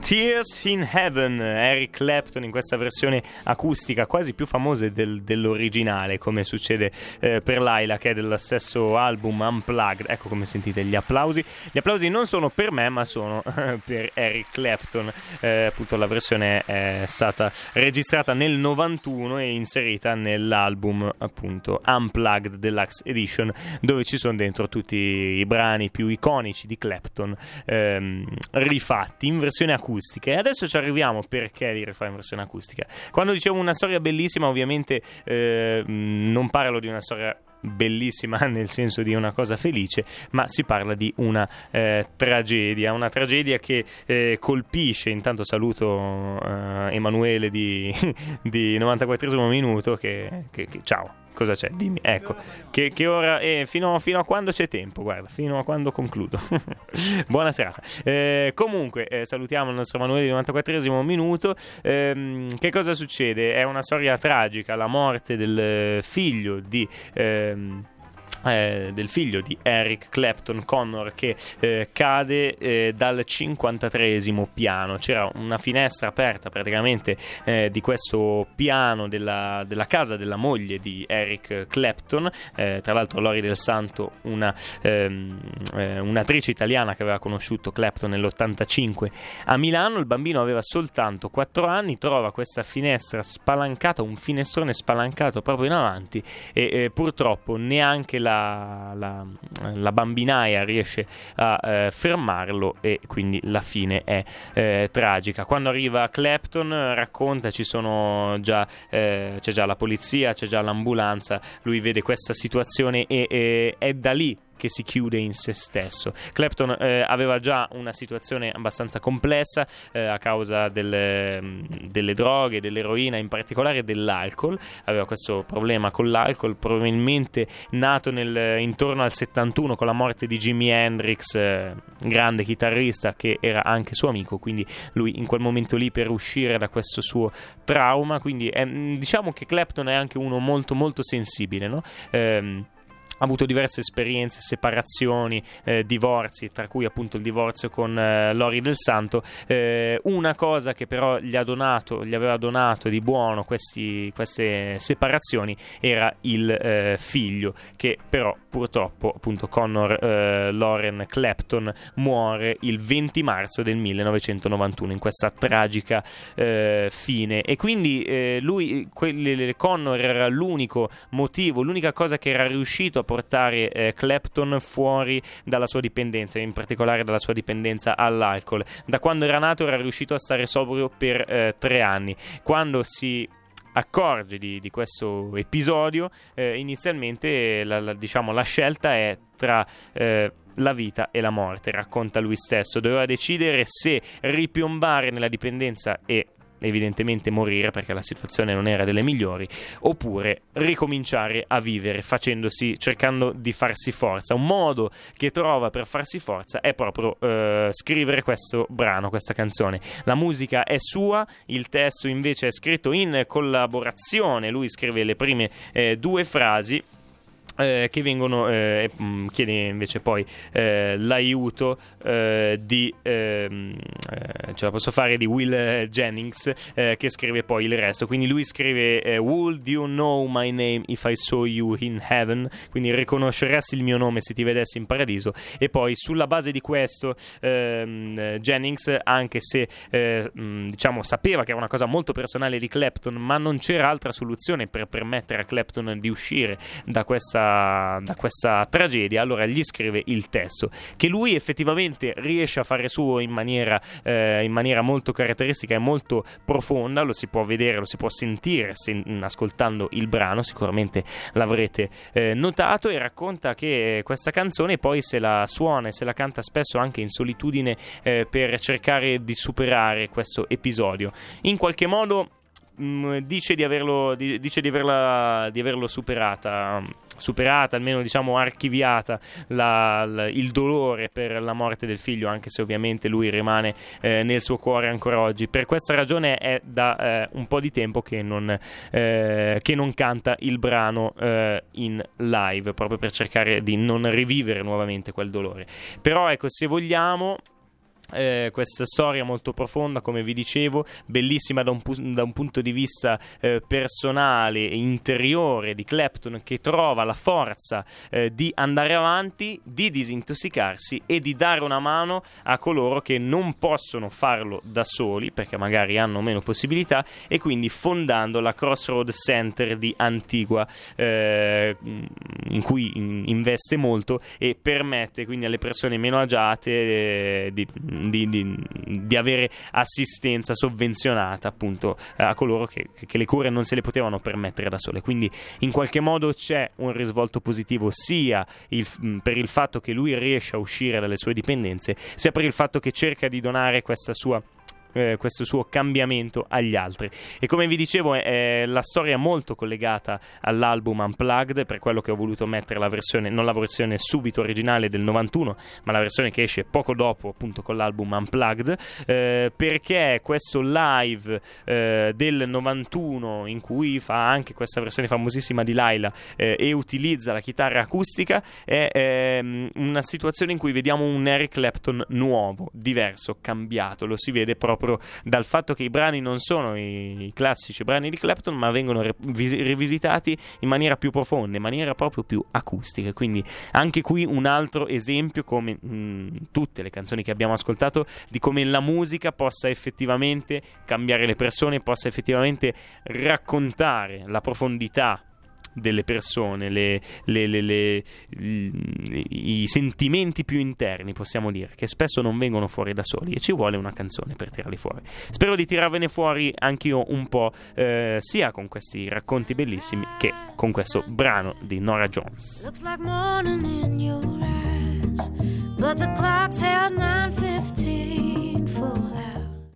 Tears in Heaven, Eric Clapton in questa versione acustica quasi più famosa dell'originale, come succede per Laila, che è dello stesso album Unplugged. Ecco come sentite gli applausi. Gli applausi non sono per me, ma sono per Eric Clapton. Appunto la versione è stata registrata nel 91 e inserita nell'album appunto Unplugged Deluxe Edition, dove ci sono dentro tutti i brani più iconici di Clapton rifatti in versione acustica. E adesso ci arriviamo perché li rifare in versione acustica. Quando dicevo una storia bellissima, ovviamente non parlo di una storia bellissima nel senso di una cosa felice, ma si parla di una tragedia che colpisce. Intanto saluto Emanuele di 94esimo minuto che ciao. Cosa c'è? Dimmi, ecco, che ora fino a quando c'è tempo, guarda, fino a quando concludo. Buona serata. Comunque, salutiamo il nostro Emanuele di 94esimo minuto. Che cosa succede? È una storia tragica, la morte del figlio di Eric Clapton, Connor, che cade dal 53esimo piano. C'era una finestra aperta praticamente di questo piano della casa della moglie di Eric Clapton, tra l'altro Lori del Santo, un'attrice italiana che aveva conosciuto Clapton nell'85 a Milano. Il bambino aveva soltanto 4 anni, trova questa finestra spalancata, un finestrone spalancato proprio in avanti, e purtroppo neanche la bambinaia riesce a fermarlo, e quindi la fine è tragica. Quando arriva Clapton racconta c'è già la polizia, c'è già l'ambulanza, lui vede questa situazione e è da lì che si chiude in se stesso. Clapton aveva già una situazione abbastanza complessa a causa delle droghe, dell'eroina, in particolare dell'alcol. Aveva questo problema con l'alcol, probabilmente nato intorno al 71 con la morte di Jimi Hendrix, grande chitarrista che era anche suo amico, quindi lui in quel momento lì, per uscire da questo suo trauma, quindi diciamo che Clapton è anche uno molto molto sensibile, no? Ha avuto diverse esperienze, separazioni, divorzi, tra cui appunto il divorzio con Lori del Santo. Una cosa che però gli aveva donato di buono queste separazioni era il figlio, che però purtroppo appunto Connor Loren Clapton muore il 20 marzo del 1991 in questa tragica fine. E quindi Connor era l'unico motivo, l'unica cosa che era riuscito a portare Clapton fuori dalla sua dipendenza, in particolare dalla sua dipendenza all'alcol. Da quando era nato era riuscito a stare sobrio per 3 anni. Quando si accorge di questo episodio, inizialmente la scelta è tra la vita e la morte, racconta lui stesso. Doveva decidere se ripiombare nella dipendenza e evidentemente morire, perché la situazione non era delle migliori, oppure ricominciare a vivere cercando di farsi forza. Un modo che trova per farsi forza è proprio scrivere questo brano, questa canzone. La musica è sua, il testo invece è scritto in collaborazione. Lui scrive le prime 2 frasi che vengono chiede invece poi l'aiuto di ce la posso fare, di Will Jennings, che scrive poi il resto. Quindi lui scrive Would you know my name if I saw you in heaven, quindi riconosceresti il mio nome se ti vedessi in paradiso. E poi sulla base di questo Jennings, anche se sapeva che era una cosa molto personale di Clapton, ma non c'era altra soluzione per permettere a Clapton di uscire da questa tragedia, allora gli scrive il testo, che lui effettivamente riesce a fare suo in maniera molto caratteristica e molto profonda. Lo si può vedere, lo si può sentire ascoltando il brano, sicuramente l'avrete notato. E racconta che questa canzone poi se la suona e se la canta spesso anche in solitudine, per cercare di superare questo episodio. In qualche modo dice di averlo superata, almeno archiviata il dolore per la morte del figlio, anche se ovviamente lui rimane nel suo cuore ancora oggi. Per questa ragione è da un po' di tempo che non canta il brano in live, proprio per cercare di non rivivere nuovamente quel dolore. Però ecco, se vogliamo, questa storia molto profonda, come vi dicevo, bellissima da un punto di vista personale e interiore di Clapton, che trova la forza di andare avanti, di disintossicarsi e di dare una mano a coloro che non possono farlo da soli perché magari hanno meno possibilità, e quindi fondando la Crossroad Center di Antigua, in cui investe molto e permette quindi alle persone meno agiate di avere assistenza sovvenzionata appunto a coloro che le cure non se le potevano permettere da sole. Quindi in qualche modo c'è un risvolto positivo sia per il fatto che lui riesce a uscire dalle sue dipendenze, sia per il fatto che cerca di donare questo suo cambiamento agli altri. E come vi dicevo, è la storia molto collegata all'album Unplugged, per quello che ho voluto mettere la versione, non la versione subito originale del 91, ma la versione che esce poco dopo appunto con l'album Unplugged, perché questo live del 91 in cui fa anche questa versione famosissima di Laila e utilizza la chitarra acustica è una situazione in cui vediamo un Eric Clapton nuovo, diverso, cambiato. Lo si vede proprio dal fatto che i brani non sono i classici brani di Clapton, ma vengono rivisitati in maniera più profonda, in maniera proprio più acustica. Quindi anche qui un altro esempio, come tutte le canzoni che abbiamo ascoltato, di come la musica possa effettivamente cambiare le persone, possa effettivamente raccontare la profondità delle persone, i sentimenti più interni, possiamo dire, che spesso non vengono fuori da soli, e ci vuole una canzone per tirarli fuori. Spero di tirarvene fuori anch'io un po', sia con questi racconti bellissimi che con questo brano di Norah Jones. Looks like morning in your eyes, but the clock's held 9:45.